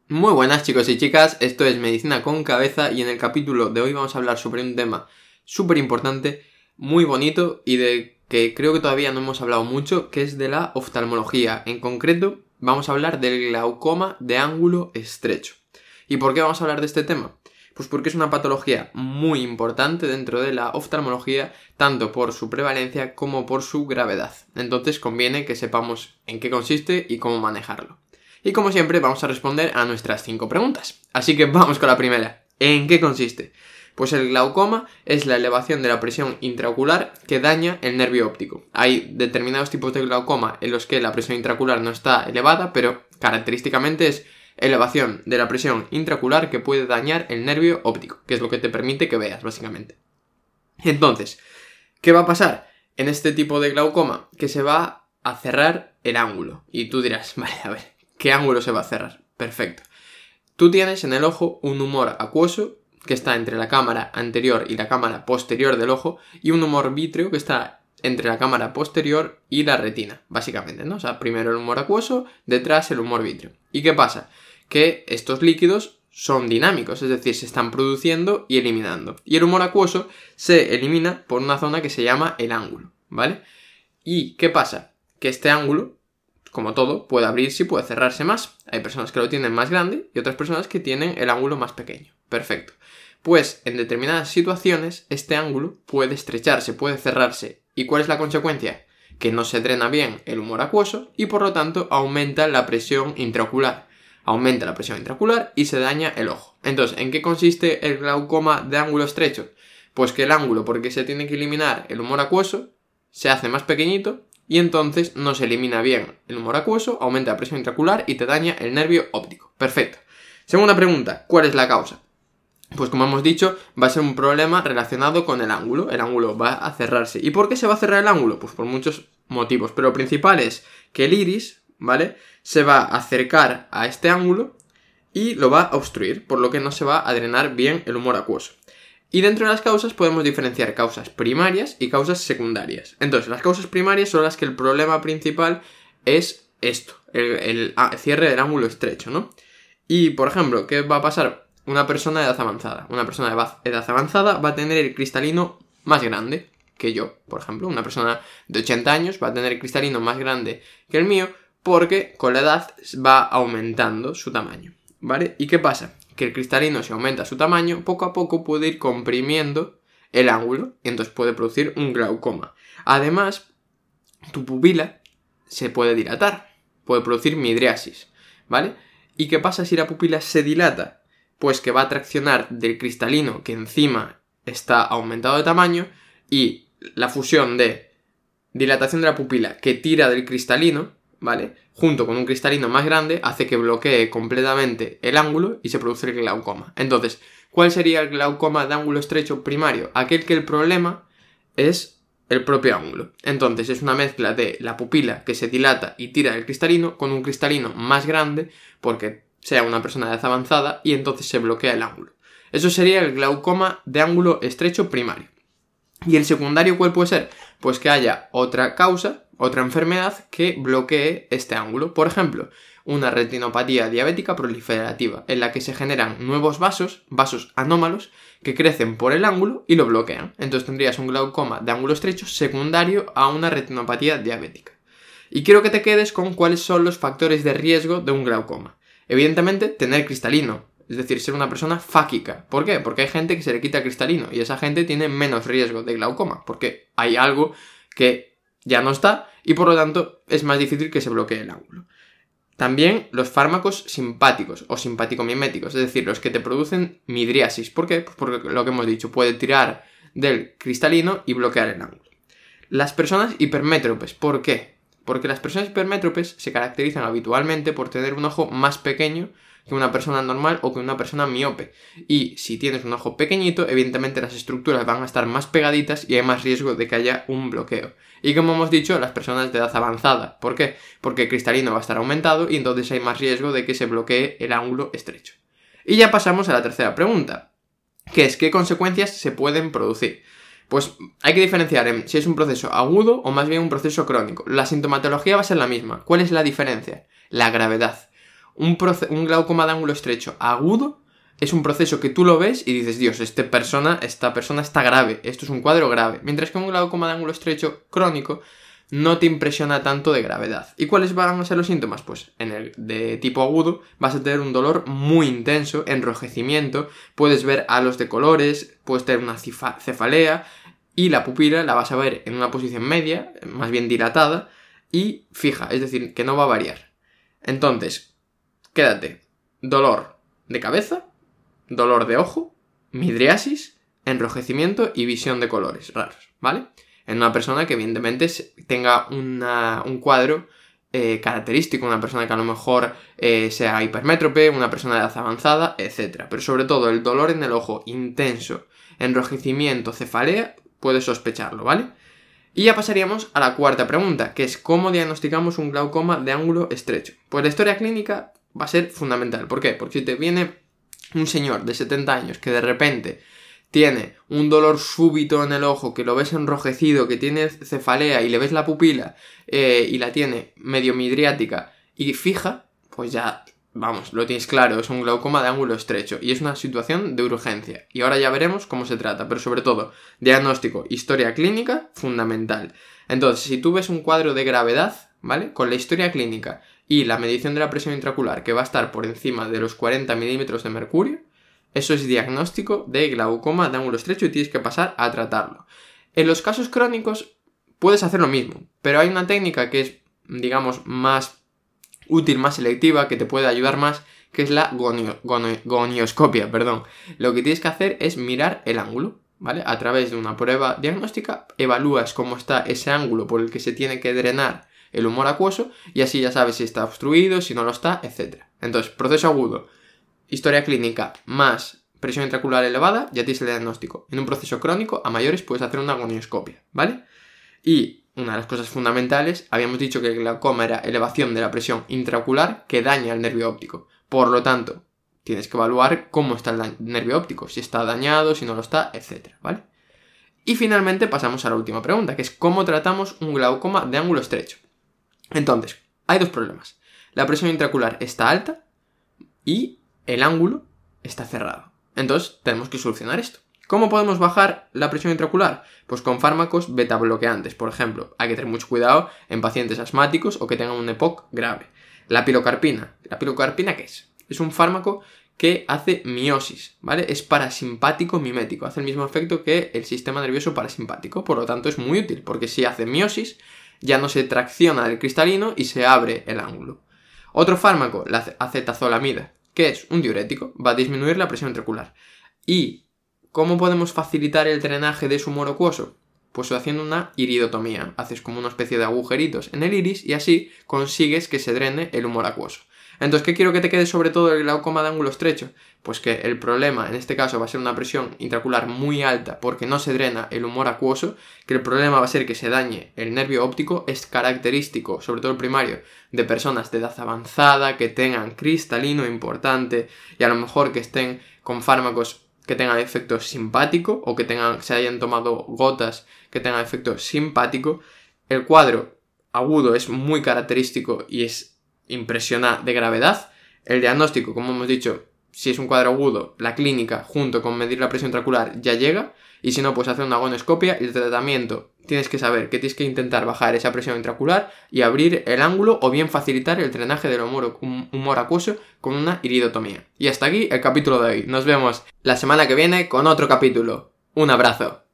Muy buenas chicos y chicas, esto es Medicina con Cabeza y en el capítulo de hoy vamos a hablar sobre un tema súper importante, muy bonito y de que creo que todavía no hemos hablado mucho, que es de la oftalmología. En concreto, vamos a hablar del glaucoma de ángulo estrecho. ¿Y por qué vamos a hablar de este tema? Pues porque es una patología muy importante dentro de la oftalmología, tanto por su prevalencia como por su gravedad. Entonces conviene que sepamos en qué consiste y cómo manejarlo. Y como siempre vamos a responder a nuestras 5 preguntas. Así que vamos con la primera. ¿En qué consiste? Pues el glaucoma es la elevación de la presión intraocular que daña el nervio óptico. Hay determinados tipos de glaucoma en los que la presión intraocular no está elevada, pero característicamente es elevación de la presión intraocular que puede dañar el nervio óptico, que es lo que te permite que veas, básicamente. Entonces, ¿qué va a pasar en este tipo de glaucoma? Que se va a cerrar el ángulo. Y tú dirás, vale, a ver, ¿qué ángulo se va a cerrar? Perfecto. Tú tienes en el ojo un humor acuoso que está entre la cámara anterior y la cámara posterior del ojo y un humor vítreo que está entre la cámara posterior y la retina, básicamente, ¿no? O sea, primero el humor acuoso, detrás el humor vítreo. ¿Y qué pasa? Que estos líquidos son dinámicos, es decir, se están produciendo y eliminando. Y el humor acuoso se elimina por una zona que se llama el ángulo, ¿vale? ¿Y qué pasa? Que este ángulo, como todo, puede abrirse y puede cerrarse más. Hay personas que lo tienen más grande y otras personas que tienen el ángulo más pequeño. Perfecto. Pues en determinadas situaciones este ángulo puede estrecharse, puede cerrarse. ¿Y cuál es la consecuencia? Que no se drena bien el humor acuoso y por lo tanto aumenta la presión intraocular. Aumenta la presión intraocular y se daña el ojo. Entonces, ¿en qué consiste el glaucoma de ángulo estrecho? Pues que el ángulo, porque se tiene que eliminar el humor acuoso, se hace más pequeñito y entonces no se elimina bien el humor acuoso, aumenta la presión intraocular y te daña el nervio óptico. Perfecto. Segunda pregunta, ¿cuál es la causa? Pues como hemos dicho, va a ser un problema relacionado con el ángulo. El ángulo va a cerrarse. ¿Y por qué se va a cerrar el ángulo? Pues por muchos motivos, pero lo principal es que el iris, ¿vale?, se va a acercar a este ángulo y lo va a obstruir, por lo que no se va a drenar bien el humor acuoso. Y dentro de las causas podemos diferenciar causas primarias y causas secundarias. Entonces, las causas primarias son las que el problema principal es esto, el cierre del ángulo estrecho, ¿no? Y, por ejemplo, ¿qué va a pasar? Una persona de edad avanzada. Una persona de edad avanzada va a tener el cristalino más grande que yo, por ejemplo. Una persona de 80 años va a tener el cristalino más grande que el mío porque con la edad va aumentando su tamaño, ¿vale? ¿Y qué pasa? Que el cristalino, si aumenta su tamaño, poco a poco puede ir comprimiendo el ángulo y entonces puede producir un glaucoma. Además, tu pupila se puede dilatar, puede producir midriasis, ¿vale? ¿Y qué pasa si la pupila se dilata? Pues que va a traccionar del cristalino que encima está aumentado de tamaño y la fusión de dilatación de la pupila que tira del cristalino, ¿vale?, junto con un cristalino más grande, hace que bloquee completamente el ángulo y se produce el glaucoma. Entonces, ¿cuál sería el glaucoma de ángulo estrecho primario? Aquel que el problema es el propio ángulo. Entonces, es una mezcla de la pupila que se dilata y tira del cristalino con un cristalino más grande porque sea una persona de edad avanzada y entonces se bloquea el ángulo. Eso sería el glaucoma de ángulo estrecho primario. ¿Y el secundario cuál puede ser? Pues que haya otra causa, otra enfermedad que bloquee este ángulo. Por ejemplo, una retinopatía diabética proliferativa, en la que se generan nuevos vasos anómalos, que crecen por el ángulo y lo bloquean. Entonces tendrías un glaucoma de ángulo estrecho secundario a una retinopatía diabética. Y quiero que te quedes con cuáles son los factores de riesgo de un glaucoma. Evidentemente, tener cristalino. Es decir, ser una persona fáquica. ¿Por qué? Porque hay gente que se le quita cristalino y esa gente tiene menos riesgo de glaucoma, porque hay algo que ya no está y por lo tanto es más difícil que se bloquee el ángulo. También los fármacos simpáticos o simpaticomiméticos, es decir, los que te producen midriasis. ¿Por qué? Pues porque lo que hemos dicho, puede tirar del cristalino y bloquear el ángulo. Las personas hipermétropes, ¿por qué? Porque las personas hipermétropes se caracterizan habitualmente por tener un ojo más pequeño que una persona normal o que una persona miope. Y si tienes un ojo pequeñito, evidentemente las estructuras van a estar más pegaditas y hay más riesgo de que haya un bloqueo. Y como hemos dicho, las personas de edad avanzada. ¿Por qué? Porque el cristalino va a estar aumentado y entonces hay más riesgo de que se bloquee el ángulo estrecho. Y ya pasamos a la tercera pregunta, que es ¿qué consecuencias se pueden producir? Pues hay que diferenciar en si es un proceso agudo o más bien un proceso crónico. La sintomatología va a ser la misma. ¿Cuál es la diferencia? La gravedad. Un glaucoma de ángulo estrecho agudo es un proceso que tú lo ves y dices, Dios, esta persona está grave, esto es un cuadro grave. Mientras que un glaucoma de ángulo estrecho crónico no te impresiona tanto de gravedad. ¿Y cuáles van a ser los síntomas? Pues en el de tipo agudo vas a tener un dolor muy intenso, enrojecimiento, puedes ver halos de colores, puedes tener una cefalea y la pupila la vas a ver en una posición media, más bien dilatada y fija, es decir, que no va a variar. Entonces, quédate, dolor de cabeza, dolor de ojo, midriasis, enrojecimiento y visión de colores raros, ¿vale? En una persona que evidentemente tenga un cuadro característico, una persona que a lo mejor sea hipermétrope, una persona de edad avanzada, etc. Pero sobre todo el dolor en el ojo intenso, enrojecimiento, cefalea, puedes sospecharlo, ¿vale? Y ya pasaríamos a la cuarta pregunta, que es ¿cómo diagnosticamos un glaucoma de ángulo estrecho? Pues la historia clínica va a ser fundamental. ¿Por qué? Porque si te viene un señor de 70 años que de repente tiene un dolor súbito en el ojo, que lo ves enrojecido, que tiene cefalea y le ves la pupila y la tiene medio midriática y fija, pues ya, vamos, lo tienes claro, es un glaucoma de ángulo estrecho y es una situación de urgencia. Y ahora ya veremos cómo se trata, pero sobre todo, diagnóstico, historia clínica, fundamental. Entonces, si tú ves un cuadro de gravedad, ¿vale? Con la historia clínica y la medición de la presión intraocular que va a estar por encima de los 40 milímetros de mercurio, eso es diagnóstico de glaucoma de ángulo estrecho y tienes que pasar a tratarlo. En los casos crónicos puedes hacer lo mismo, pero hay una técnica que es, digamos, más útil, más selectiva, que te puede ayudar más, que es la gonioscopia, perdón. Lo que tienes que hacer es mirar el ángulo, ¿vale? A través de una prueba diagnóstica evalúas cómo está ese ángulo por el que se tiene que drenar el humor acuoso y así ya sabes si está obstruido, si no lo está, etc. Entonces, proceso agudo, historia clínica más presión intraocular elevada, ya tienes el diagnóstico. En un proceso crónico, a mayores, puedes hacer una gonioscopia, ¿vale? Y una de las cosas fundamentales, habíamos dicho que el glaucoma era elevación de la presión intraocular que daña el nervio óptico. Por lo tanto, tienes que evaluar cómo está el nervio óptico, si está dañado, si no lo está, etc., ¿vale? Y finalmente pasamos a la última pregunta, que es ¿cómo tratamos un glaucoma de ángulo estrecho? Entonces, hay dos problemas. La presión intraocular está alta y el ángulo está cerrado. Entonces, tenemos que solucionar esto. ¿Cómo podemos bajar la presión intraocular? Pues con fármacos beta bloqueantes, por ejemplo. Hay que tener mucho cuidado en pacientes asmáticos o que tengan un EPOC grave. La pilocarpina. ¿La pilocarpina qué es? Es un fármaco que hace miosis, ¿vale? Es parasimpático mimético, hace el mismo efecto que el sistema nervioso parasimpático, por lo tanto es muy útil, porque si hace miosis, ya no se tracciona el cristalino y se abre el ángulo. Otro fármaco, la acetazolamida, que es un diurético, va a disminuir la presión intraocular. ¿Y cómo podemos facilitar el drenaje de su humor acuoso? Pues haciendo una iridotomía. Haces como una especie de agujeritos en el iris y así consigues que se drene el humor acuoso. Entonces, ¿qué quiero que te quede sobre todo el glaucoma de ángulo estrecho? Pues que el problema en este caso va a ser una presión intraocular muy alta porque no se drena el humor acuoso, que el problema va a ser que se dañe el nervio óptico, es característico, sobre todo el primario, de personas de edad avanzada, que tengan cristalino importante y a lo mejor que estén con fármacos que tengan efecto simpático o que se hayan tomado gotas que tengan efecto simpático. El cuadro agudo es muy característico y es impresiona de gravedad. El diagnóstico, como hemos dicho, si es un cuadro agudo, la clínica junto con medir la presión intraocular ya llega, y si no, pues hacer una gonioscopia. Y el tratamiento, tienes que saber que tienes que intentar bajar esa presión intraocular y abrir el ángulo o bien facilitar el drenaje del humor acuoso con una iridotomía. Y hasta aquí el capítulo de hoy. Nos vemos la semana que viene con otro capítulo. Un abrazo.